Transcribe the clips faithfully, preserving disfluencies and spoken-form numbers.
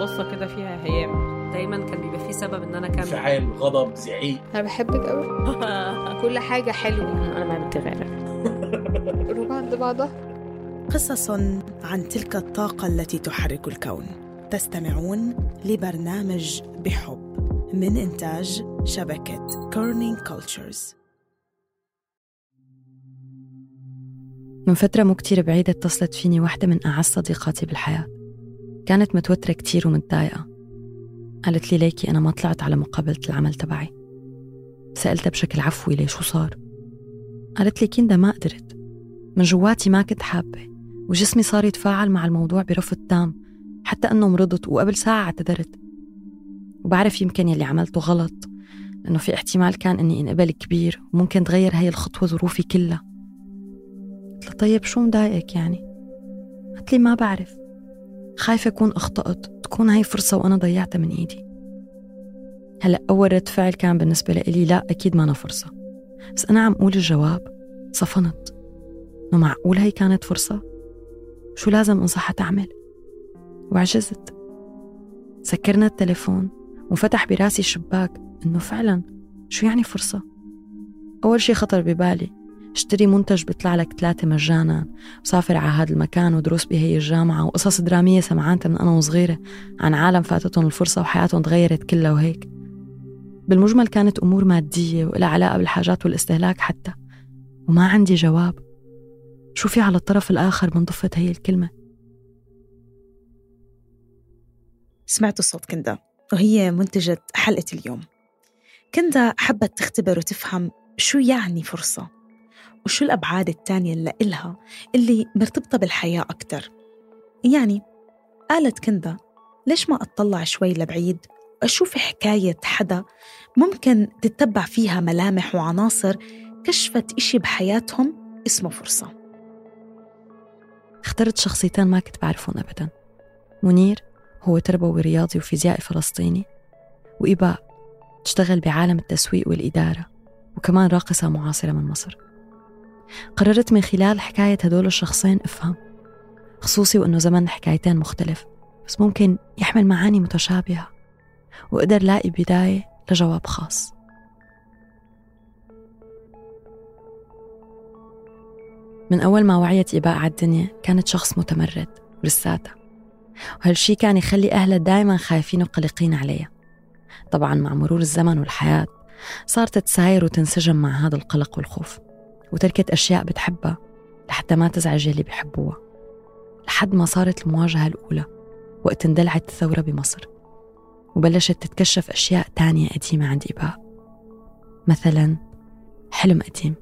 بصة كده فيها هيام. دايما كان بيبقى فيه سبب ان انا كمل. انفعال، غضب، زعيق. انا بحبك قوي. كل حاجه حلوه. انا ما بنت غيرك. روح عند بعضها. قصص عن تلك الطاقة التي تحرك الكون. تستمعون لبرنامج بحب من إنتاج شبكة كورنينج كولتشرز. من فترة مو كتير بعيدة اتصلت فيني واحدة من أعز صديقاتي بالحياة. كانت متوترة كتير ومتضايقة. قالت لي ليكي أنا ما طلعت على مقابلة العمل تبعي. سألتها بشكل عفوي ليش شو صار؟ قالت لي كندا ما قدرت، من جواتي ما كنت حابة، وجسمي صار يتفاعل مع الموضوع برفض تام، حتى أنه مرضت وقبل ساعة اعتذرت. وبعرف يمكن يلي عملته غلط، لأنه في احتمال كان أني انقبل كبير وممكن تغير هاي الخطوة ظروفي كلها. قلت له طيب شو مضايقك يعني؟ قلت لي ما بعرف، خايفة أكون أخطأت، تكون هاي فرصة وأنا ضيعتها من إيدي. هلأ أول رد فعل كان بالنسبة لي لا أكيد ما أنا فرصة، بس أنا عم أقول الجواب صفنت إنه معقول هاي كانت فرصة؟ شو لازم أنصحها تعمل؟ وعجزت. سكرنا التليفون وفتح براسي الشباك إنه فعلا شو يعني فرصة؟ أول شي خطر ببالي اشتري منتج بيطلع لك ثلاثة مجانا، وسافر على هذا المكان ودروس بهي الجامعة، وقصص درامية سمعانتها من أنا وصغيرة عن عالم فاتتهم الفرصة وحياتهم تغيرت كلها وهيك. بالمجمل كانت أمور مادية وإلها علاقة بالحاجات والاستهلاك حتى، وما عندي جواب. شو في على الطرف الآخر من ضفة هي الكلمة؟ سمعت صوت كندا وهي منتجة حلقة اليوم. كندا حبت تختبر وتفهم شو يعني فرصة وشو الأبعاد التانية اللي إلها اللي مرتبطة بالحياة أكتر. يعني قالت كندا ليش ما أطلع شوي لبعيد وأشوف حكاية حدا ممكن تتبع فيها ملامح وعناصر كشفت إشي بحياتهم اسمه فرصة. اخترت شخصيتين ما كنت بعرفهم أبداً. منير هو تربوي رياضي وفيزيائي فلسطيني، وإباء تشتغل بعالم التسويق والإدارة، وكمان راقصة معاصرة من مصر. قررت من خلال حكاية هدول الشخصين أفهم، خصوصي وأنه زمن حكايتين مختلف بس ممكن يحمل معاني متشابهة، وقدر لاقي بداية لجواب خاص. من أول ما وعيت إباء على الدنيا كانت شخص متمرد ولساتها، وهالشي كان يخلي أهلها دايما خايفين وقلقين عليها. طبعا مع مرور الزمن والحياة صارت تساير وتنسجم مع هذا القلق والخوف، وتركت أشياء بتحبها لحتى ما تزعج اللي بيحبوها، لحد ما صارت المواجهة الأولى وقت اندلعت الثورة بمصر، وبلشت تتكشف أشياء تانية قديمة عند إباء، مثلا حلم قديم.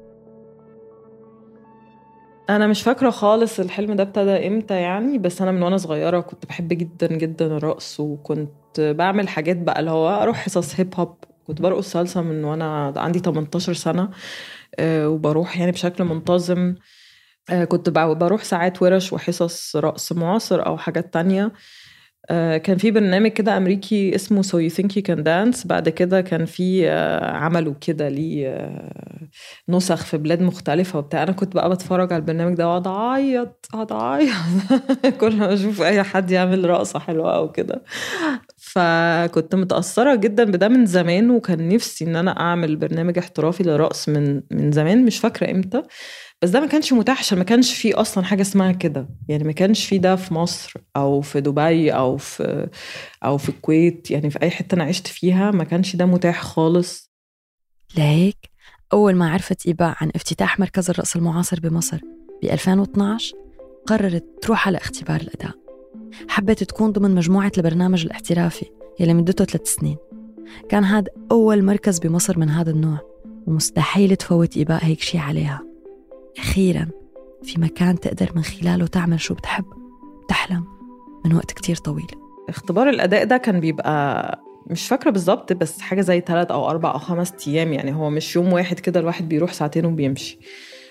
انا مش فاكره خالص الحلم ده ابتدى امتى يعني، بس انا من وانا صغيره كنت بحب جدا جدا الرقص، وكنت بعمل حاجات بقى اللي هو اروح حصص هيب هوب. كنت برقص صلصه من وانا عندي تمنتاشر سنه، أه وبروح يعني بشكل منتظم. أه كنت بروح ساعات ورش وحصص رقص معاصر او حاجات تانية. أه كان في برنامج كده امريكي اسمه So You Think You Can Dance. بعد كده كان في أه عملوا كده ليه أه نسخ في بلاد مختلفة وبتاع. انا كنت بقى بتفرج على البرنامج ده واقعد اعيط اقعد اعيط كل ما اشوف اي حد يعمل رقصة حلوة او كده. فكنت متأثرة جدا بده من زمان، وكان نفسي ان انا اعمل برنامج احترافي للرقص من من زمان، مش فاكرة امتى، بس ده ما كانش متاح عشان ما كانش فيه أصلا حاجة اسمها كده. يعني ما كانش فيه ده في مصر أو في دبي أو في أو في الكويت، يعني في أي حتة أنا عشت فيها ما كانش ده متاح خالص. لهيك أول ما عرفت إباء عن افتتاح مركز الرقص المعاصر بمصر ب ألفين واثناشر قررت تروح على اختبار الأداء. حبت تكون ضمن مجموعة البرنامج الاحترافي يلي مدته ثلاث سنين. كان هذا أول مركز بمصر من هذا النوع، ومستحيل تفوت إباء هيك شي عليها. أخيراً في مكان تقدر من خلاله تعمل شو بتحب تحلم من وقت كتير طويل. اختبار الأداء ده كان بيبقى مش فاكرة بالضبط، بس حاجة زي ثلاث أو أربع أو خمس أيام، يعني هو مش يوم واحد كده الواحد بيروح ساعتين وبيمشي.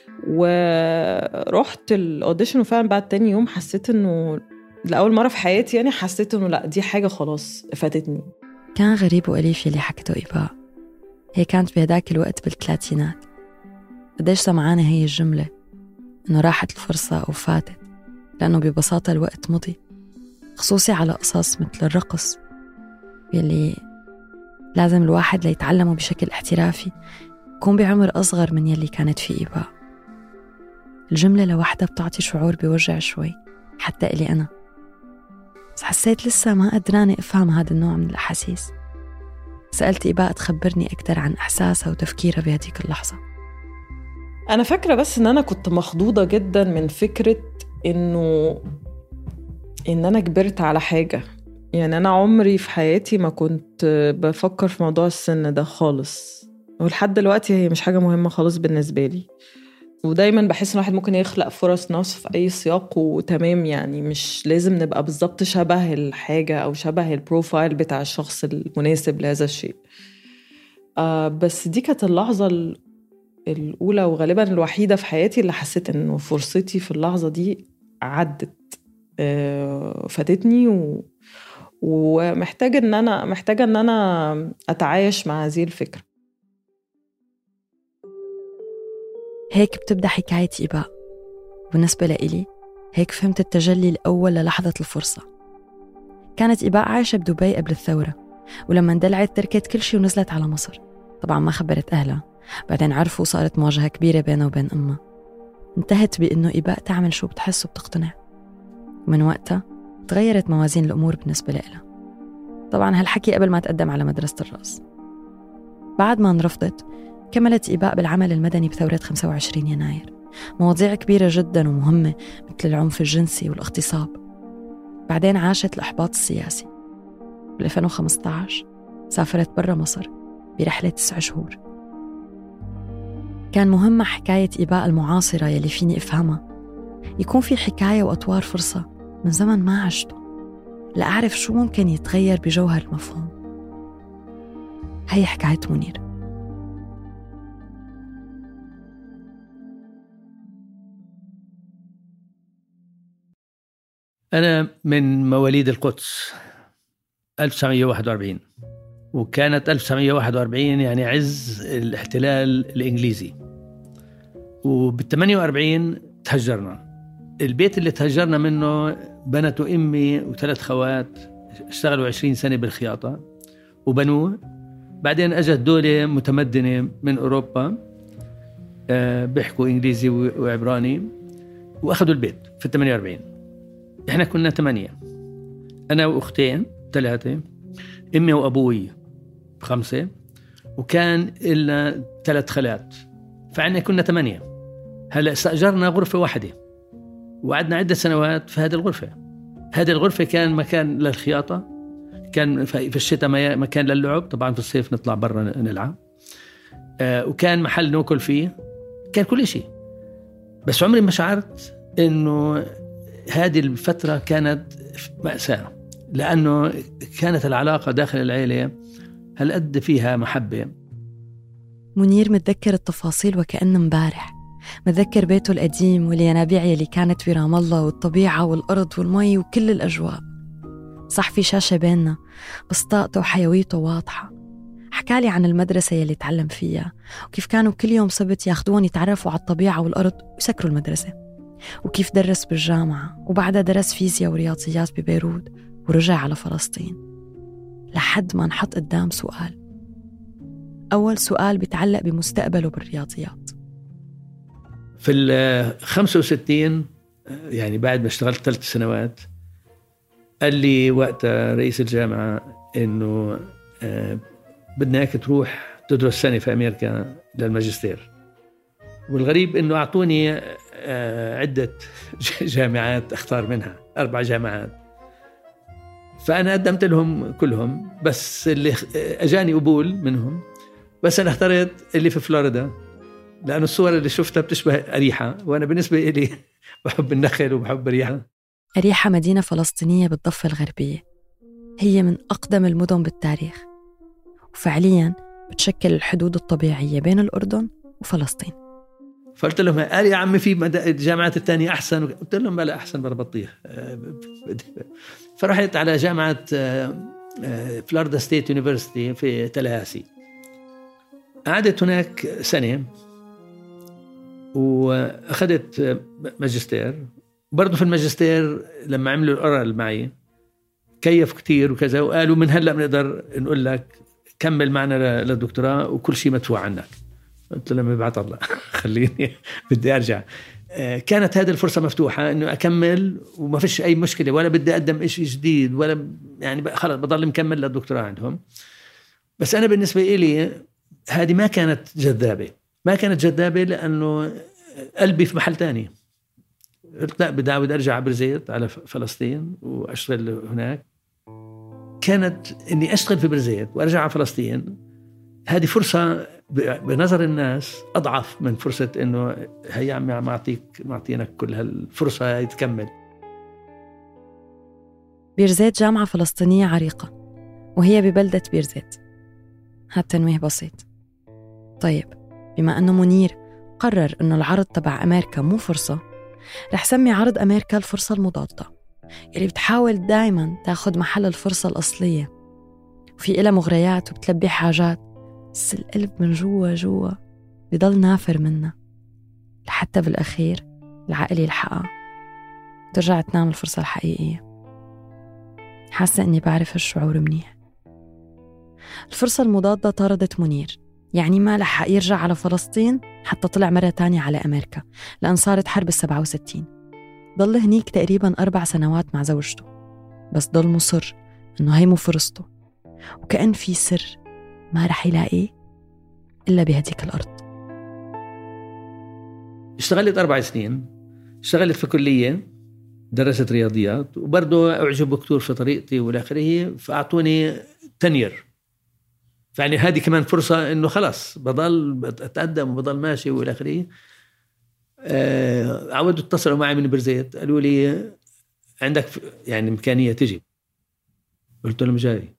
ورحت الأوديشن، وفعلا بعد تاني يوم حسيت إنه لأول مرة في حياتي يعني حسيت إنه لأ دي حاجة خلاص فاتتني. كان غريب وأليف يلي حكته إباء. هي كانت بهداك الوقت بالثلاثينات. قديش سمعانة هي الجملة إنه راحت الفرصة أو فاتت، لأنه ببساطة الوقت مضي. خصوصي على قصص مثل الرقص يلي لازم الواحد ليتعلمه بشكل احترافي يكون بعمر أصغر من يلي كانت فيه إيباء. الجملة لوحدها بتعطي شعور بوجع شوي حتى إلي أنا، بس حسيت لسه ما قدراني أفهم هذا النوع من الأحاسيس. سألت إيباء تخبرني أكتر عن إحساسها وتفكيرها بهديك اللحظة. أنا فاكرة بس إن أنا كنت مخضوضة جدا من فكرة إنه إن أنا كبرت على حاجة. يعني أنا عمري في حياتي ما كنت بفكر في موضوع السن ده خالص، ولحد دلوقتي هي مش حاجة مهمة خالص بالنسبة لي. ودايما بحس إن واحد ممكن يخلق فرص نصف في أي سياق وتمام، يعني مش لازم نبقى بالضبط شبه الحاجة أو شبه البروفايل بتاع الشخص المناسب لهذا الشيء. آه بس دي كانت اللحظة الأولى وغالبا الوحيدة في حياتي اللي حسيت إنه فرصتي في اللحظة دي عدت، آه فاتتني و... ومحتاجة إن أنا محتاجة إن أنا أتعايش مع هذه الفكرة. هيك بتبدأ حكاية إيباء. بالنسبة لإلي هيك فهمت التجلي الأول للحظة الفرصة. كانت إيباء عايشة بدبي قبل الثورة، ولما اندلعت تركت كل شيء ونزلت على مصر. طبعا ما خبرت أهلها، بعدين عرفوا وصارت مواجهة كبيرة بينها وبين أمها. انتهت بأنه إيباء تعمل شو بتحس وبتقتنع، ومن وقتها تغيرت موازين الأمور بالنسبة لها. طبعا هالحكي قبل ما تقدم على مدرسة الرقص. بعد ما انرفضت كملت إيباء بالعمل المدني بثورة خمسة وعشرين يناير، مواضيع كبيرة جدا ومهمة مثل العنف الجنسي والاغتصاب. بعدين عاشت الإحباط السياسي. بال ألفين وخمسة عشر سافرت برا مصر برحلة تسع شهور. كان مهمة حكاية إيباء المعاصرة يلي فيني أفهمها يكون في حكاية وأطوار فرصة من زمن ما عشته، لأعرف شو ممكن يتغير بجوهر المفهوم. هي حكاية منير. أنا من مواليد القدس ألف وتسعمية وواحد وأربعين، وكانت ألف وتسعمية وواحد وأربعين يعني عز الاحتلال الإنجليزي، وبالثمانية وأربعين تهجرنا. البيت اللي تهجرنا منه بنته أمي وثلاث خوات، اشتغلوا عشرين سنة بالخياطة وبنوه. بعدين أجت دولة متمدنة من أوروبا بيحكوا إنجليزي وعبراني وأخذوا البيت في الثمانية وأربعين. إحنا كنا ثمانية، أنا وأختين ثلاثة، أمي وأبوي خمسة، وكان إلا ثلاث خالات، فعنا كنا ثمانية. هلأ استأجرنا غرفة واحدة وقعدنا عدة سنوات في هذه الغرفة. هذه الغرفة كان مكان للخياطة، كان في الشتاء مكان للعب، طبعا في الصيف نطلع برا نلعب، آه وكان محل ناكل فيه، كان كل شيء. بس عمري ما شعرت إنه هذه الفترة كانت مأساة، لأنه كانت العلاقة داخل العائلة هالقد فيها محبة. منير متذكر التفاصيل وكأنه مبارح، متذكر بيته القديم والينابيع يلي كانت برام الله والطبيعة والأرض والمي وكل الأجواء. صح في شاشة بيننا بس طاقته وحيويته واضحة. حكالي عن المدرسة يلي تعلم فيها وكيف كانوا كل يوم سبت ياخدون يتعرفوا على الطبيعة والأرض ويسكروا المدرسة، وكيف درس بالجامعة وبعدها درس فيزياء ورياضيات ببيروت ورجع على فلسطين. لحد ما نحط قدام سؤال، أول سؤال بيتعلق بمستقبله بالرياضيات. في ال خمسة وستين يعني بعد ما اشتغلت ثلاث سنوات قال لي وقت رئيس الجامعة إنه آه بدنا إياك تروح تدرس سنة في أمريكا للماجستير. والغريب إنه أعطوني آه عدة جامعات أختار منها، أربع جامعات، فأنا قدمت لهم كلهم، بس اللي أجاني قبول منهم، بس أنا اخترت اللي في فلوريدا لأن الصور اللي شفتها بتشبه أريحة، وأنا بالنسبة إلي بحب النخل وبحب أريحة. أريحة مدينة فلسطينية بالضفة الغربية، هي من أقدم المدن بالتاريخ، وفعلياً بتشكل الحدود الطبيعية بين الأردن وفلسطين. فقلت لهم قال يا عمي في الجامعات الثانية أحسن، قلت لهم بلا أحسن بلا بطيخ. فرحت على جامعة فلوريدا ستيت يونيفرسيتي في تلاهاسي، قعدت هناك سنة وأخذت ماجستير. برضو في الماجستير لما عملوا الأورال معي كيف كتير وكذا، وقالوا من هلأ بنقدر نقول لك كمل معنا للدكتوراه وكل شيء مدفوع عنك. قلت له لما بعت الله خليني بدي أرجع. كانت هذه الفرصة مفتوحة إنه أكمل وما فيش أي مشكلة، ولا بدي أقدم إشي جديد، ولا يعني خلاص بضل مكمل للدكتوراه عندهم. بس أنا بالنسبة إلي هذه ما كانت جذابة، ما كانت جذابة لأنه قلبي في محل تاني. قلت لا، بدي أعود أرجع برزيت على فلسطين وأشتغل هناك. كانت إني أشتغل في برزيت وأرجع على فلسطين، هذه فرصة بنظر الناس أضعف من فرصة إنه هيا عم معطيك معطينك كل هالفرصة يتكمل. بيرزيت جامعة فلسطينية عريقة وهي ببلدة بيرزيت. هالتنويه بسيط. طيب، بما أنه منير قرر أنه العرض تبع أمريكا مو فرصة، رح سمي عرض أمريكا الفرصة المضادة، اللي بتحاول دايما تاخد محل الفرصة الأصلية، وفي إلها مغريات وبتلبي حاجات، بس القلب من جوا جوا بيضل نافر منها، لحتى بالأخير العقل يلحقها ترجع تنام الفرصة الحقيقية. حاسة أني بعرف الشعور منيح. الفرصة المضادة طاردت منير، يعني ما لحق يرجع على فلسطين حتى طلع مرة تانية على أمريكا، لأن صارت حرب السبعة وستين. ضل هنيك تقريباً أربع سنوات مع زوجته، بس ضل مصر إنه هي مو فرصته، وكأن في سر ما رح يلاقيه إلا بهديك الأرض. اشتغلت أربع سنين، اشتغلت في كلية، درست رياضيات، وبرضه أعجبوا كتير في طريقتي والآخره، فأعطوني تنير. يعني هذه كمان فرصة إنه خلاص بضل أتقدم وبضل ماشي والآخره. أه عودوا اتصلوا معي من برزيت، قالوا لي عندك يعني إمكانية تجي. قلت لهم جاي.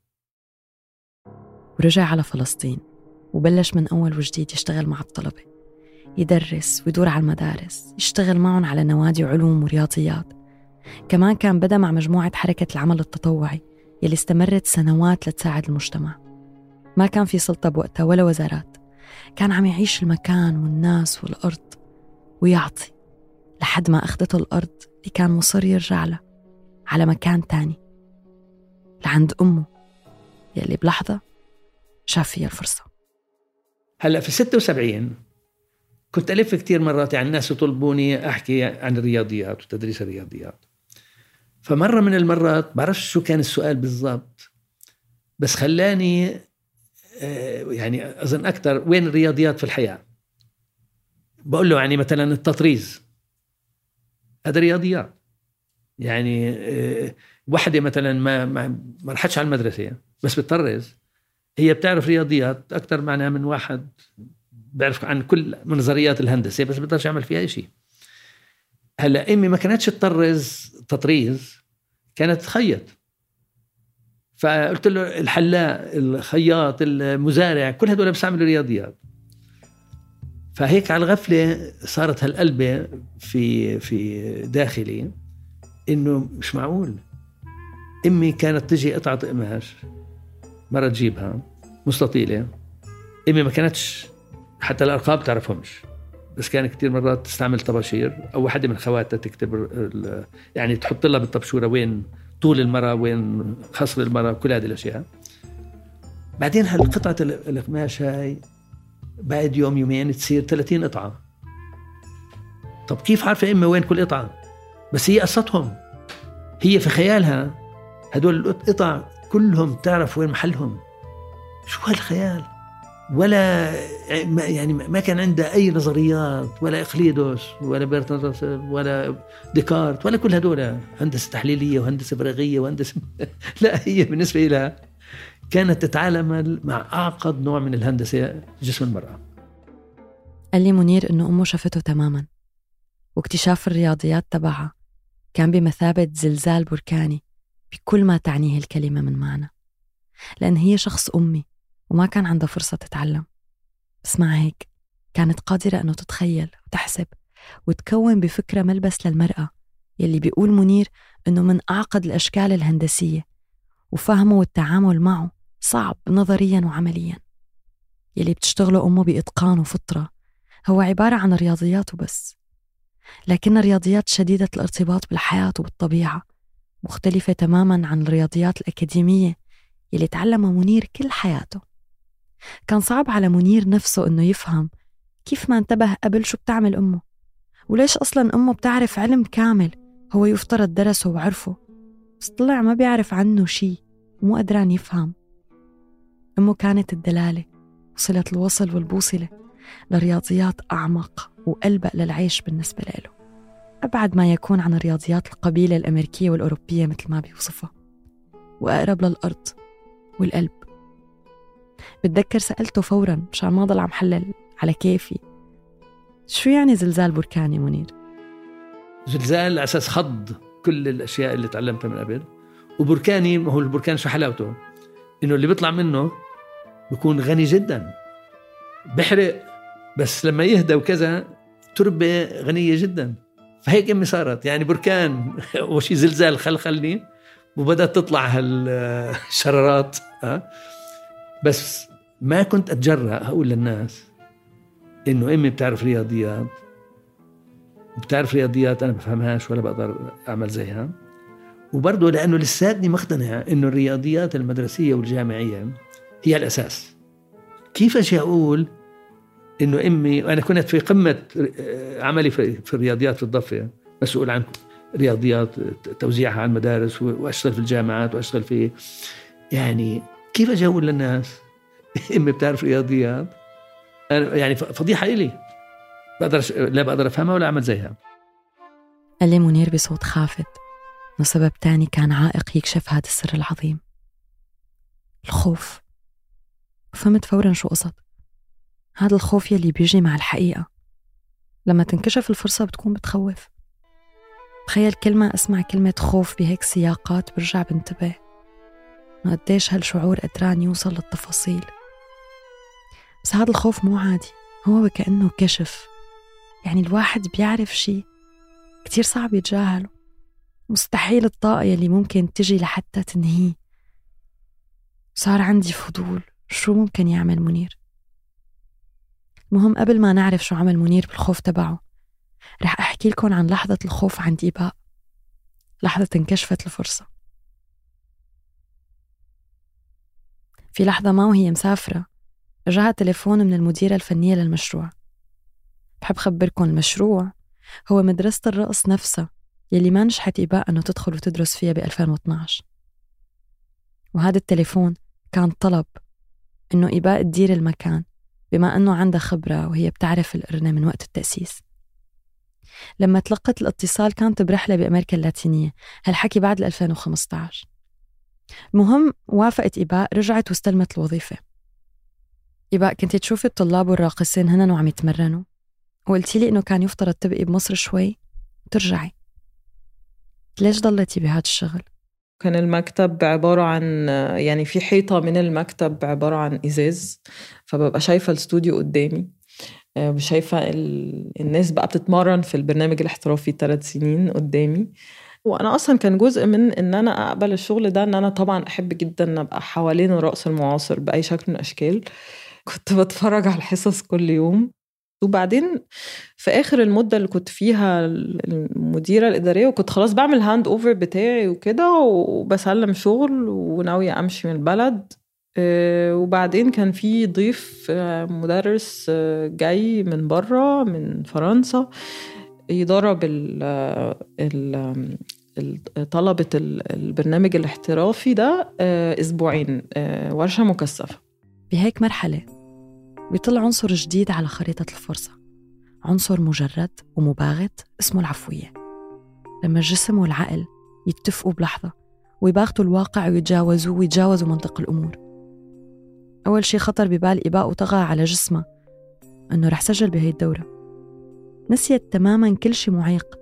ورجع على فلسطين وبلش من أول وجديد يشتغل مع الطلبة، يدرس ويدور على المدارس، يشتغل معهم على نوادي علوم ورياضيات. كمان كان بدأ مع مجموعة حركة العمل التطوعي يلي استمرت سنوات لتساعد المجتمع. ما كان في سلطة بوقتها ولا وزارات، كان عم يعيش المكان والناس والأرض ويعطي، لحد ما أخذته الأرض اللي كان مصر يرجع له على مكان تاني، لعند أمه يلي بلحظة شاف فيها الفرصة. هلأ في ستة وسبعين كنت ألف كتير مرات، يعني الناس يطلبوني أحكي عن الرياضيات وتدريس الرياضيات. فمرة من المرات بعرفش شو كان السؤال بالضبط، بس خلاني يعني أظن أكتر وين الرياضيات في الحياة. بقول له يعني مثلا التطريز هذا رياضيات، يعني وحدة مثلا ما ما رحتش على المدرسة بس بتطرز، هي بتعرف رياضيات أكتر معناها من واحد بعرف عن كل نظريات الهندسة بس بقدرش يعمل فيها شيء. هلا امي ما كانتش تطرز تطريز، كانت تخيط. فقلت له الحلاق، الخياط، المزارع، كل هدول بس عملوا رياضيات. فهيك على الغفلة صارت هالقلبة في في داخلي إنه مش معقول. أمي كانت تجي قطعة قماش مرة تجيبها مستطيلة، أمي ما كانتش حتى الأرقام تعرفهمش، بس كان كتير مرات تستعمل طباشير أو واحدة من خواتها تكتب، يعني تحط لها بالطبشورة وين طول المرة وين خصر المرة، كل هذه الأشياء. بعدين هالقطعة القماش هاي بعد يوم يومين تصير ثلاثين قطعة. طب كيف عارفة إما وين كل قطعة؟ بس هي قصتهم، هي في خيالها هدول القطع كلهم تعرف وين محلهم. شو هالخيال؟ ولا يعني ما كان عنده أي نظريات، ولا إقليدوس ولا بيرتنس ولا ديكارت ولا كل هدول هندسة تحليلية وهندسة فراغية وهندسة لا، هي بالنسبة لها كانت تتعامل مع أعقد نوع من الهندسة، جسم المرأة. قال لي منير إنه أمه شافته تماماً، واكتشاف الرياضيات تبعها كان بمثابة زلزال بركاني بكل ما تعنيه الكلمة من معنى، لأن هي شخص أمي وما كان عندها فرصة تتعلم، بس مع هيك كانت قادرة أنه تتخيل وتحسب وتكون بفكرة ملبس للمرأة يلي بيقول منير أنه من أعقد الأشكال الهندسية، وفهمه والتعامل معه صعب نظرياً وعملياً. يلي بتشتغله أمه بإتقان وفطرة هو عبارة عن رياضيات وبس، لكن رياضيات شديدة الارتباط بالحياة وبالطبيعة، مختلفة تماماً عن الرياضيات الأكاديمية يلي تعلمها منير كل حياته. كان صعب على منير نفسه إنه يفهم كيف ما انتبه قبل شو بتعمل أمه، وليش أصلاً أمه بتعرف علم كامل هو يفترض درسه وعرفه، بس طلع ما بيعرف عنه شي ومو قدران يفهم. أمه كانت الدلالة وصلة الوصل والبوصلة لرياضيات أعمق وألبق للعيش بالنسبة له، أبعد ما يكون عن رياضيات القبيلة الأمريكية والأوروبية مثل ما بيوصفها، وأقرب للأرض والقلب. بتذكر سألته فوراً مشان ما ضل عم حلل على كيفي، شو يعني زلزال بركاني منير؟ زلزال على أساس خض كل الأشياء اللي تعلمتها من قبل، وبركاني ما هو البركان شو حلاوته؟ إنه اللي بيطلع منه بيكون غني جداً، بحرق بس لما يهدى وكذا تربة غنية جداً. فهيك أمي صارت يعني بركان وشي زلزال خلخلني وبدأت تطلع هالشرارات. بس ما كنت أتجرأ أقول للناس إنه أمي بتعرف رياضيات، بتعرف رياضيات أنا بفهمهاش ولا بقدر أعمل زيها. وبرضه لأنه لساتني مقتنع إنه الرياضيات المدرسية والجامعية هي الأساس. كيف أجي أقول إنه أمي، وأنا كنت في قمة عملي في الرياضيات في الضفة، مسؤول عن رياضيات توزيعها على المدارس وأشتغل في الجامعات وأشتغل في، يعني كيف أجي أقول للناس أمي بتعرف رياضيات؟ أنا يعني فضيحة إلي، بقدر لا بقدر أفهمها ولا أعمل زيها. قال لي منير بصوت خافت إنه سبب تاني كان عائق يكشف هذا السر العظيم، الخوف. فهمت فوراً شو قصد. هذا الخوف يلي بيجي مع الحقيقة، لما تنكشف الفرصة بتكون بتخوف. تخيل كل ما أسمع كلمة خوف بهيك سياقات برجع بنتبه إنه قديش هالشعور قدران يوصل للتفاصيل. بس هذا الخوف مو عادي، هو وكأنه كشف، يعني الواحد بيعرف شي كتير صعب يتجاهله، مستحيل الطاقة يلي ممكن تجي لحتى تنهيه. صار عندي فضول شو ممكن يعمل منير. المهم قبل ما نعرف شو عمل منير بالخوف تبعه، رح أحكي لكم عن لحظة الخوف عند إيباء، لحظة انكشفت الفرصة. في لحظة ما وهي مسافرة رجعها تليفون من المديرة الفنية للمشروع. بحب خبركم المشروع هو مدرسة الرقص نفسها يلي ما نجحت إيباء أنه تدخل وتدرس فيها ب ألفين واثناشر. وهذا التليفون كان طلب أنه إيباء تدير المكان بما أنه عندها خبرة وهي بتعرف القرنة من وقت التأسيس. لما تلقت الاتصال كانت برحلة بأمريكا اللاتينية، هالحكي بعد ألفين وخمسة عشر. المهم وافقت إيباء، رجعت واستلمت الوظيفة. إيباء كنت تشوفي الطلاب والراقصين هنا وعم يتمرنوا، وقلتي لي إنه كان يفترض تبقي بمصر شوي وترجعي. ليش ضلتي بهذا الشغل؟ كان المكتب عبارة عن، يعني في حيطة من المكتب عبارة عن إزاز، فببقى شايفة الاستوديو قدامي، وشايفة الناس بقى بتتمرن في البرنامج الاحترافي ثلاث سنين قدامي. وأنا أصلا كان جزء من إن أنا أقبل الشغل ده إن أنا طبعا أحب جدا أبقى حوالين الرقص المعاصر بأي شكل من الأشكال. كنت بتفرج على الحصص كل يوم. وبعدين في آخر المدة اللي كنت فيها المديرة الإدارية وكنت خلاص بعمل هاند أوفر بتاعي وكده وبسلم شغل وناوية أمشي من البلد، وبعدين كان في ضيف مدرس جاي من برا من فرنسا يدرب طلبة البرنامج الاحترافي ده أسبوعين، ورشة مكثفة. بهيك مرحلة بيطلع عنصر جديد على خريطة الفرصة، عنصر مجرد ومباغت اسمه العفوية. لما الجسم والعقل يتفقوا بلحظة ويباغتوا الواقع ويتجاوزوا ويتجاوزوا منطق الأمور. أول شي خطر ببال إيباء وطغى على جسمه أنه رح سجل بهي الدورة. نسيت تماماً كل شي معيق،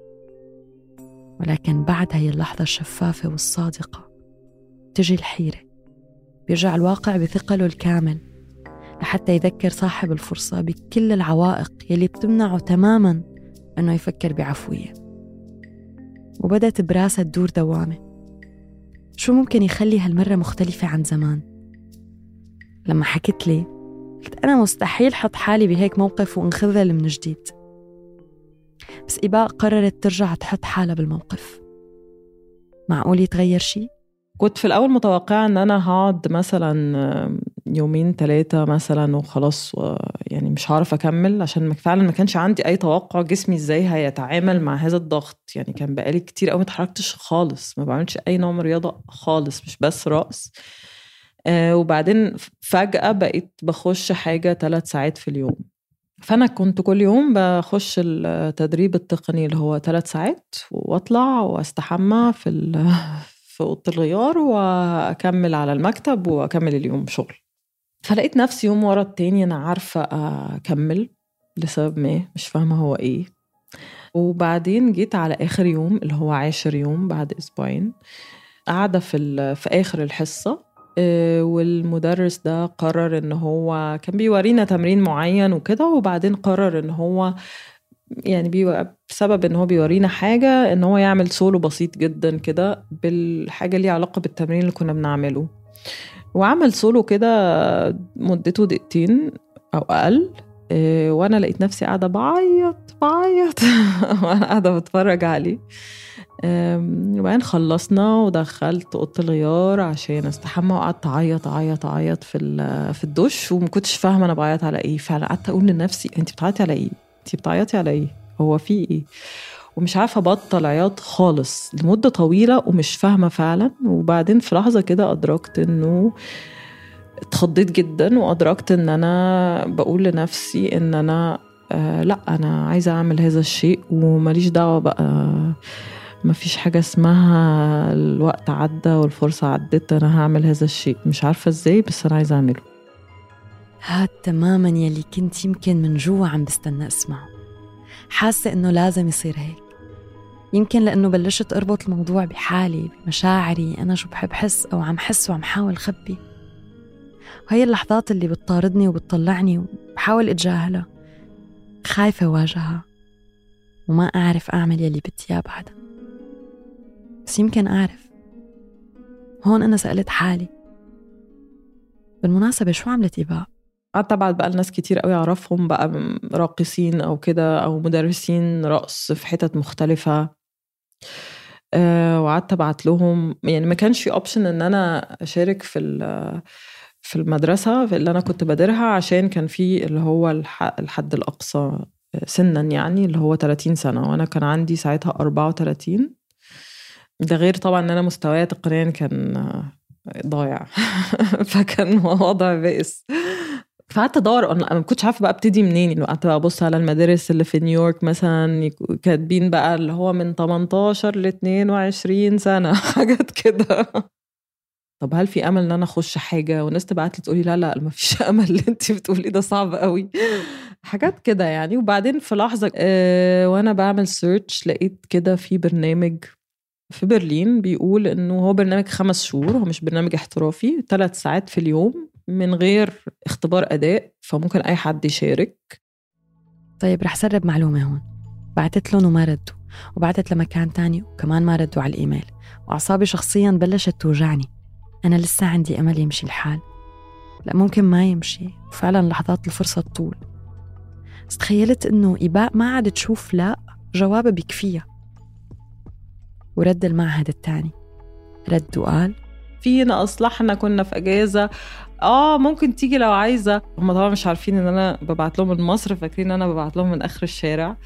ولكن بعد هاي اللحظة الشفافة والصادقة تجي الحيرة. بيرجع الواقع بثقله الكامل لحتى يذكر صاحب الفرصة بكل العوائق يلي بتمنعه تماماً أنه يفكر بعفوية. وبدأت براسة تدور دوامة، شو ممكن يخلي هالمرة مختلفة عن زمان؟ لما حكت لي قلت أنا مستحيل حط حالي بهيك موقف وانخذل من جديد. بس إيباء قررت ترجع تحط حالها بالموقف. معقول يتغير شيء؟ كنت في الأول متوقعة أن أنا هقعد مثلا يومين ثلاثة مثلا وخلاص، يعني مش هعرف أكمل، عشان فعلا ما كانش عندي أي توقع جسمي إزاي هيتعامل مع هذا الضغط. يعني كان بقالي كتير قوي متحركتش خالص، ما بعملش أي نوع من رياضة خالص، مش بس رأس. آه وبعدين فجأة بقيت بخش حاجة ثلاث ساعات في اليوم. فأنا كنت كل يوم بخش التدريب التقني اللي هو ثلاث ساعات، وأطلع وأستحمى في في أوضة الغيار وأكمل على المكتب وأكمل اليوم شغل. فلقيت نفسي يوم ورا التاني أنا عارفة أكمل لسبب ما مش فاهمة هو إيه. وبعدين جيت على آخر يوم اللي هو عاشر يوم بعد أسبوعين، قاعدة في, في آخر الحصة، والمدرس ده قرر إن هو كان بيورينا تمرين معين وكده، وبعدين قرر إن هو يعني بي... بسبب إن هو بيورينا حاجة إن هو يعمل سولو بسيط جدا كده بالحاجة اللي علاقة بالتمرين اللي كنا بنعمله. وعمل سولو كده مدته دقيقتين أو أقل، وأنا لقيت نفسي قاعدة بعيط بعيط وأنا قاعدة بتفرج عليه. وبعدين خلصنا ودخلت أوضة الغيار عشان استحمى، وقعدت أعيط أعيط أعيط في في الدش، ومكنتش فاهمة أنا بعيط على إيه. فعلا قعدت أقول لنفسي أنت بتعيطي على إيه؟ أنت بتعيطي على إيه؟ هو في إيه؟ ومش عارفة بطل عياط خالص لمدة طويلة ومش فاهمة فعلا. وبعدين في لحظة كده أدركت إنه اتخضيت جدا، وأدركت إن أنا بقول لنفسي إن أنا آه لا أنا عايزة أعمل هذا الشيء وماليش دعوة بقى، ما فيش حاجة اسمها الوقت عدى والفرصة عدت، أنا هعمل هذا الشيء مش عارفة إزاي بس أنا عايزة أعمله. هاد تماما يلي كنت يمكن من جوا عم بستنى اسمعه، حاسة إنه لازم يصير هيك. يمكن لأنه بلشت أربط الموضوع بحالي، بمشاعري، أنا شو بحب حس أو عم حس وعم حاول خبي. وهي اللحظات اللي بتطاردني وبتطلعني وبحاول أتجاهلها، خايفة واجهها وما أعرف أعمل يلي بدي إياه بعدها. بس يمكن أعرف. هون أنا سألت حالي، بالمناسبة شو عملت إيباء؟ قعدت أبعت بقى لناس كتير قوي أعرفهم بقى راقصين أو كده أو مدرسين رقص في حتت مختلفة، أه وقعدت أبعت لهم. يعني ما كانش في أوبشن إن أنا أشارك في في المدرسة اللي أنا كنت بديرها، عشان كان في اللي هو الحد الأقصى سنا، يعني اللي هو ثلاثين سنة، وأنا كان عندي ساعتها أربعة وثلاثين. ده غير طبعا أن أنا مستواي تقنيا كان ضايع فكان وضع بائس. فقعدت ادور، انا ما كنتش عارفه بقى ابتدي منين. انه قعدت بقى ابص على المدارس اللي في نيويورك مثلا كاتبين بقى اللي هو من تمنتاشر ل اتنين وعشرين سنه حاجات كده. طب هل في امل ان انا اخش حاجه؟ والناس تبعت لي تقولي لا لا ما فيش امل، اللي انت بتقولي ده صعب قوي، حاجات كده يعني. وبعدين في لحظه أه وانا بعمل سيرش لقيت كده في برنامج في برلين بيقول انه هو برنامج خمس شهور، هو مش برنامج احترافي، ثلاث ساعات في اليوم من غير اختبار أداء، فممكن أي حد يشارك. طيب رح سرب معلومة هون. بعتت لهم وما ردوا، وبعتت لمكان تاني وكمان ما ردوا على الإيميل، وأعصابي شخصياً بلشت توجعني. أنا لسه عندي أمل يمشي الحال، لا ممكن ما يمشي، وفعلاً لحظات الفرصة تطول. بس تخيلت إنه إيباء ما عاد تشوف لا جوابه بكفية. ورد المعهد التاني، رد وقال فينا أصلحنا كنا في أجازة، اه ممكن تيجي لو عايزة. هم طبعا مش عارفين ان انا ببعت لهم من مصر، فاكرين ان انا ببعت لهم من اخر الشارع.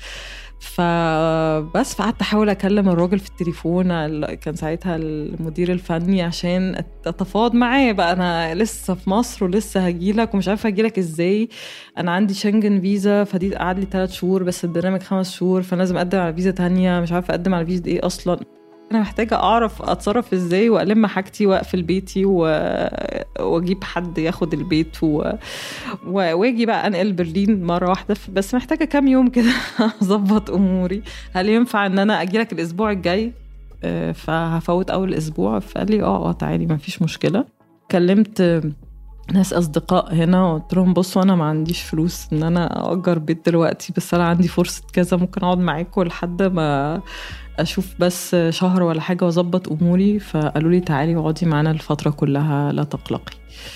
فبس فقعدت احاول اكلم الراجل في التليفون، كان ساعتها المدير الفني، عشان اتفاوض معاه بقى. انا لسه في مصر ولسه هجيلك ومش عارفه هجيلك ازاي، انا عندي شنجن فيزا فدي قعد لي ثلاث شهور بس البرنامج خمس شهور، فلازم اقدم على فيزا تانية، مش عارفه اقدم على فيزا ايه اصلا. أنا محتاجة أعرف أتصرف إزاي وألم حاجتي وأقفل بيتي و... وأجيب حد ياخد البيت و... وأجي بقى أنقل برلين مرة واحدة. بس محتاجة كام يوم كده أضبط أموري. هل ينفع أن أنا أجيلك الأسبوع الجاي؟ فهفوت أول أسبوع. فقال لي آه آه تعالي ما فيش مشكلة. كلمت ناس أصدقاء هنا وقلت لهم بصوا أنا ما عنديش فلوس إن أنا أجر بيت دلوقتي، بس أنا عندي فرصة كذا ممكن أقعد معاكم لحد ما أشوف بس شهر ولا حاجة وأظبط أموري. فقالوا لي تعالي وقعدي معنا الفترة كلها لا تقلقي.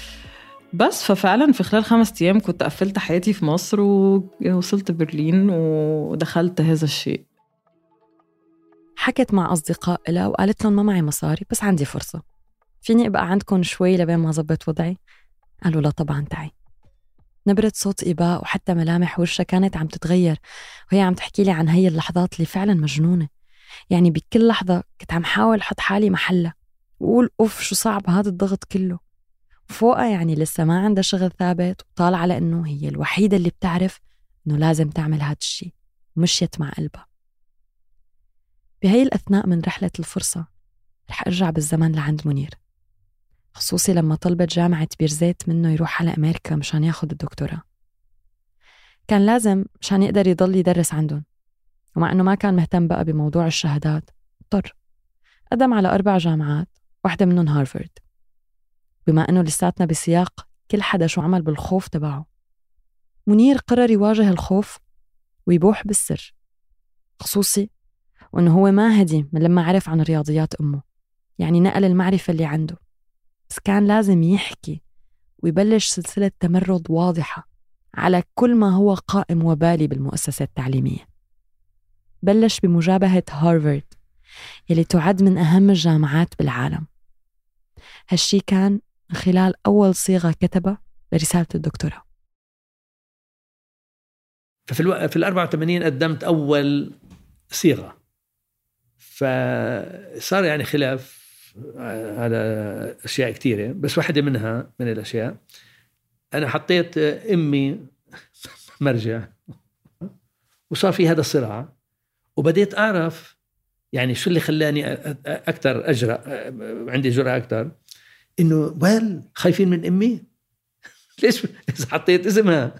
بس ففعلا في خلال خمس أيام كنت قفلت حياتي في مصر ووصلت برلين ودخلت هذا الشيء. حكت مع أصدقاء لها وقالت لهم ما معي مصاري بس عندي فرصة، فيني أبقى عندكم شوي لبين ما زبط وضعي؟ قالوا لا طبعا تعي. نبرة صوت إباء وحتى ملامح وشها كانت عم تتغير وهي عم تحكي لي عن هي اللحظات اللي فعلا مجنونة. يعني بكل لحظة كنت عم حاول حط حالي محلها وقول أوف شو صعب هذا الضغط كله. فوقها يعني لسه ما عندها شغل ثابت وطالع على إنه هي الوحيدة اللي بتعرف إنه لازم تعمل هاد الشي، ومشيت مع قلبها. بهاي الأثناء من رحلة الفرصة رح أرجع بالزمن لعند منير، خصوصي لما طلبت جامعة بيرزيت منه يروح على أمريكا مشان ياخد الدكتوراه. كان لازم مشان يقدر يضل يدرس عندهم، ومع أنه ما كان مهتم بقى بموضوع الشهادات اضطر قدم على أربع جامعات، واحدة منهم هارفارد. بما أنه لساتنا بسياق كل حدا شو عمل بالخوف تبعه، منير قرر يواجه الخوف ويبوح بالسر، خصوصي وأنه هو ما هدي من لما عرف عن رياضيات أمه، يعني نقل المعرفة اللي عنده، بس كان لازم يحكي ويبلش سلسلة تمرد واضحة على كل ما هو قائم وبالي بالمؤسسة التعليمية. بلش بمجابهة هارفارد يلي تعد من أهم الجامعات بالعالم. هالشي كان من خلال أول صيغة كتبها لرسالة الدكتوراه. ففي الو... في الأربعة وثمانين قدمت أول صيغة، فصار يعني خلاف على أشياء كتيرة، بس واحدة منها من الأشياء أنا حطيت أمي مرجع، وصار في هذا الصراع، وبديت أعرف يعني شو اللي خلاني أكتر أجرأ، عندي جرأة أكتر، إنه ويل خايفين من أمي. ليش إذا حطيت اسمها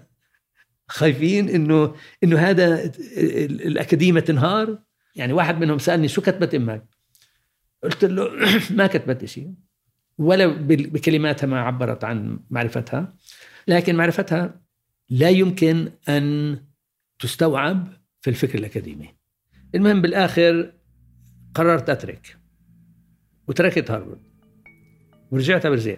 خايفين إنه إنه هذا الأكاديمية تنهار؟ يعني واحد منهم سألني شو كتبت أمك؟ قلت له ما كتبت شيء، ولا بكلماتها ما عبرت عن معرفتها، لكن معرفتها لا يمكن أن تستوعب في الفكر الأكاديمي. المهم بالآخر قررت أترك، وتركت هارفارد ورجعت برزيت.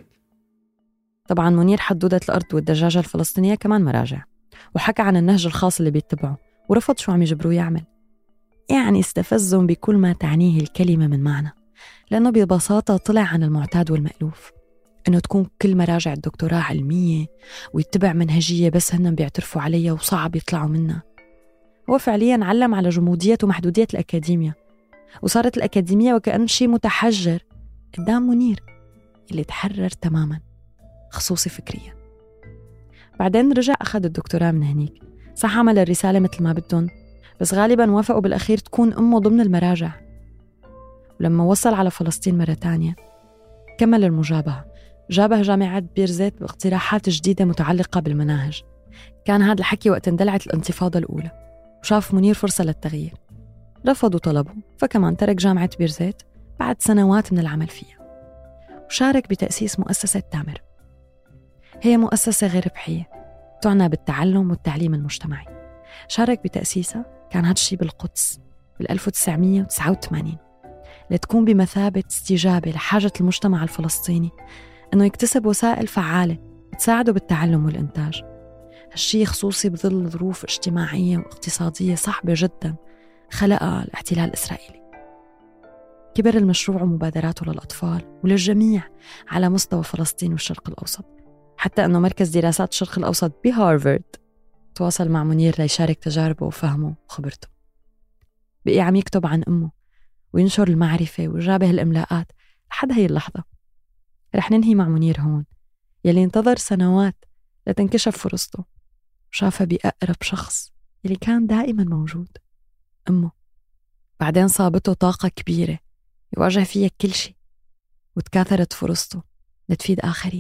طبعا منير حدودة الأرض والدجاجة الفلسطينية كمان مراجع، وحكى عن النهج الخاص اللي بيتبعه، ورفض شو عم يجبروه يعمل. يعني استفزهم بكل ما تعنيه الكلمة من معنى، لأنه ببساطة طلع عن المعتاد والمألوف، إنه تكون كل مراجع الدكتوراه علمية ويتبع منهجية بس هن بيعترفوا عليها وصعب يطلعوا منها. هو فعلياً علم على جمودية ومحدودية الأكاديمية، وصارت الأكاديمية وكأن شيء متحجر قدام منير اللي تحرر تماماً، خصوصي فكرياً. بعدين رجع أخذ الدكتوراه من هنيك، صح عمل الرسالة مثل ما بدهم، بس غالباً وافقوا بالأخير تكون أمه ضمن المراجع. ولما وصل على فلسطين مرة تانية كمل المجابهة، جابه جامعة بيرزيت باقتراحات جديدة متعلقة بالمناهج. كان هذا الحكي وقت اندلعت الانتفاضة الأولى، وشاف منير فرصة للتغيير. رفضوا طلبه، فكمان ترك جامعة بيرزيت بعد سنوات من العمل فيها، وشارك بتأسيس مؤسسة تامر. هي مؤسسة غير ربحية تعنى بالتعلم والتعليم المجتمعي. شارك بتأسيسها كان هذا الشيء بالقدس بال ألف وتسعمية وتسعة وثمانين، لتكون بمثابة استجابة لحاجة المجتمع الفلسطيني أنه يكتسب وسائل فعالة تساعده بالتعلم والإنتاج. هالشي خصوصي بظل ظروف اجتماعية واقتصادية صعبة جدا خلقها الاحتلال الإسرائيلي. كبر المشروع ومبادراته للأطفال وللجميع على مستوى فلسطين والشرق الأوسط، حتى أنه مركز دراسات الشرق الأوسط بهارفارد تواصل مع منير ليشارك تجاربه وفهمه وخبرته. بقي عم يكتب عن أمه وينشر المعرفة ويجابه الإملاءات لحد هاي اللحظة. رح ننهي مع منير هون، يلي انتظر سنوات لتنكشف فرصته، وشافها بأقرب شخص يلي كان دائما موجود، أمه. بعدين صابته طاقة كبيرة يواجه فيها كل شيء، وتكاثرت فرصته لتفيد آخرين.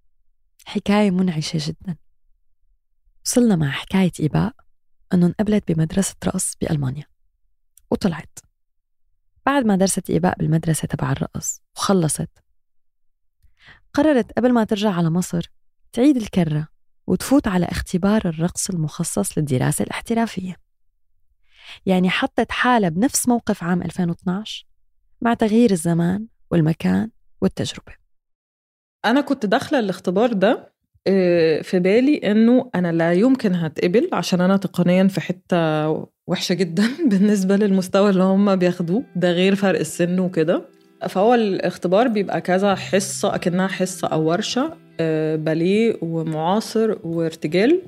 حكاية منعشة جدا. وصلنا مع حكاية إباء أنه انقبلت بمدرسة رقص بألمانيا وطلعت. بعد ما درست إباء بالمدرسة تبع الرقص وخلصت، قررت قبل ما ترجع على مصر تعيد الكرة وتفوت على اختبار الرقص المخصص للدراسة الاحترافية. يعني حطت حالة بنفس موقف عام ألفين واثناشر مع تغيير الزمان والمكان والتجربة. أنا كنت داخلة الاختبار ده في بالي إنه أنا لا يمكن هتقبل عشان أنا تقنيا في حتة وحشة جدا بالنسبة للمستوى اللي هم بياخدوه ده، غير فرق السن وكده. فهو الاختبار بيبقى كذا حصة، أكنها حصة أو ورشة، باليه ومعاصر وارتجال،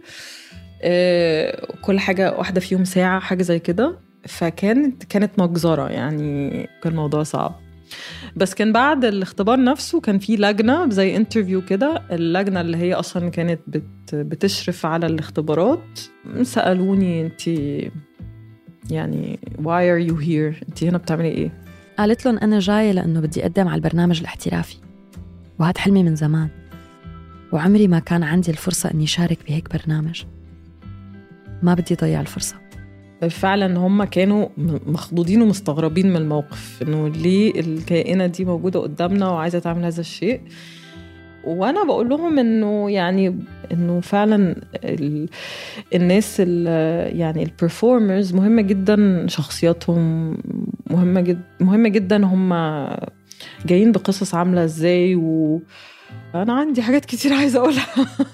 كل حاجة واحدة فيهم ساعة، حاجة زي كده. فكانت كانت مجزرة يعني، كان موضوع صعب. بس كان بعد الاختبار نفسه كان في لجنة زي انترفيو كده. اللجنة اللي هي أصلا كانت بت بتشرف على الاختبارات سألوني انت يعني why are you here، انت هنا بتعملي ايه؟ قالت لهم أنا جاية لأنه بدي أقدم على البرنامج الاحترافي، وهذا حلمي من زمان، وعمري ما كان عندي الفرصة أني شارك بهيك برنامج، ما بدي ضيع الفرصة. فعلا هم كانوا مخضوضين ومستغربين من الموقف، انه ليه الكائنة دي موجودة قدامنا وعايزة تعمل هذا الشيء. وانا بقول لهم انه يعني انه فعلا ال... الناس ال... يعني البرفورمرز مهمة جدا، شخصياتهم مهمة جدا، مهمة جدا هم جايين بقصص عاملة ازاي. وانا عندي حاجات كتير عايزة اقولها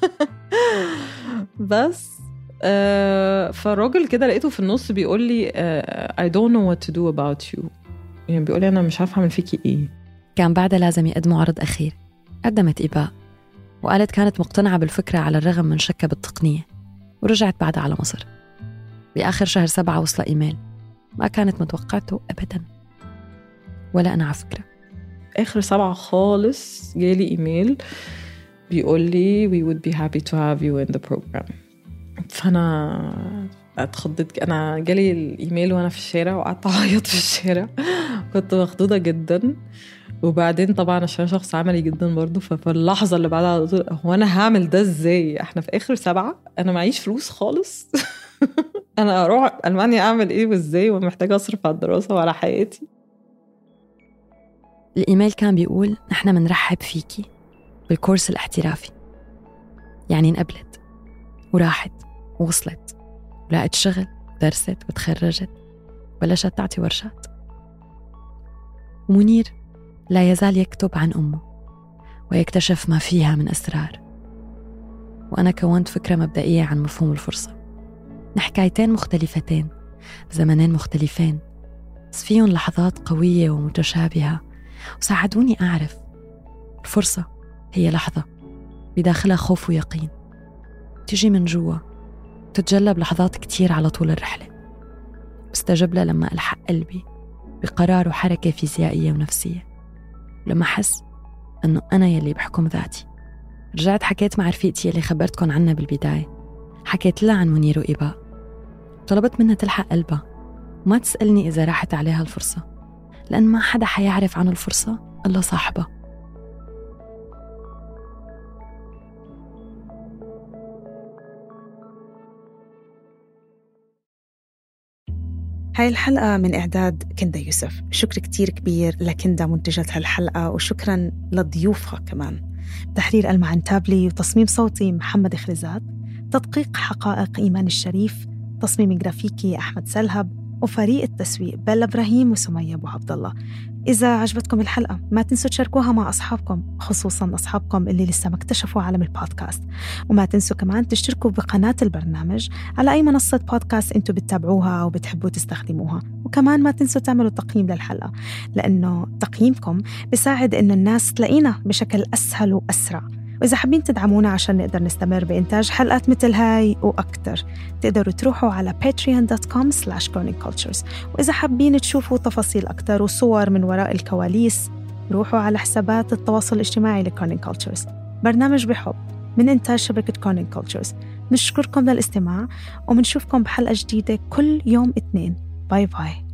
بس آه فالراجل كده لقيته في النص بيقول لي آه I don't know what to do about you، يعني بيقول لي أنا مش عارفة أعمل فيكي إيه. كان بعدها لازم يقدموا عرض أخير. قدمت إيباء وقالت كانت مقتنعة بالفكرة على الرغم من شكها بالتقنية، ورجعت بعدها على مصر. بآخر شهر سبعة وصل إيميل ما كانت متوقعته أبداً، ولا أنا على فكرة. آخر سبعة خالص جالي إيميل بيقول لي we would be happy to have you in the program. فأنا اتخضيت، أنا جالي الإيميل وأنا في الشارع وقعدت أعيط في الشارع، كنت مخضوضة جدا. وبعدين طبعا عشان شخص عملي جدا برضو، ففي اللحظة اللي بعدها هو أنا هعمل ده إزاي؟ إحنا في آخر سبعة، أنا معيش فلوس خالص أنا أروح ألمانيا أعمل إيه وإزاي، ومحتاجة أصرف على الدراسة وعلى حياتي. الإيميل كان بيقول نحن منرحب فيكي بالكورس الاحترافي. يعني انقبلت وراحت ووصلت ولقت شغل، درست وتخرجت، بلشت تعطي ورشات. ومنير لا يزال يكتب عن أمه ويكتشف ما فيها من أسرار. وأنا كونت فكرة مبدئية عن مفهوم الفرصة. نحكايتين مختلفتين بزمنين مختلفين، بس فيهم لحظات قوية ومتشابهة، وساعدوني أعرف الفرصة هي لحظة بداخلها خوف ويقين، تجي من جوا وتتجلى بلحظات كتير على طول الرحلة. استجب لها لما ألحق قلبي بقرار وحركة فيزيائية ونفسية، ولما حس أنه أنا يلي بحكم ذاتي. رجعت حكيت مع رفيقتي اللي خبرتكم عنها بالبداية، حكيت لها عن منير وإيباء، طلبت منها تلحق قلبها وما تسألني إذا راحت عليها الفرصة، لأن ما حدا حيعرف عن الفرصة إلا صاحبها. هاي الحلقة من إعداد كندا يوسف. شكر كتير كبير لكندا منتجة هالحلقة، وشكراً لضيوفها كمان. تحرير ألمع عنتابلي، وتصميم صوتي محمد خليزات، تدقيق حقائق إيمان الشريف، تصميم جرافيكي أحمد سلهب، وفريق التسويق بلا إبراهيم وسمية أبو عبد الله. إذا عجبتكم الحلقة ما تنسوا تشاركوها مع أصحابكم، خصوصاً أصحابكم اللي لسه ما اكتشفوا عالم البودكاست. وما تنسوا كمان تشتركوا بقناة البرنامج على أي منصة بودكاست أنتوا بتتابعوها أو بتحبوا تستخدموها. وكمان ما تنسوا تعملوا تقييم للحلقة، لأنه تقييمكم بيساعد إنه الناس تلاقينا بشكل أسهل وأسرع. وإذا حابين تدعمونا عشان نقدر نستمر بإنتاج حلقات مثل هاي وأكتر، تقدروا تروحوا على patreon dot com slash corning cultures. وإذا حابين تشوفوا تفاصيل أكتر وصور من وراء الكواليس، روحوا على حسابات التواصل الاجتماعي لكورنينج كولتشرز. برنامج بحب من إنتاج شبكة كورنينج كولتشرز. نشكركم للاستماع، ومنشوفكم بحلقة جديدة كل يوم اثنين. باي باي.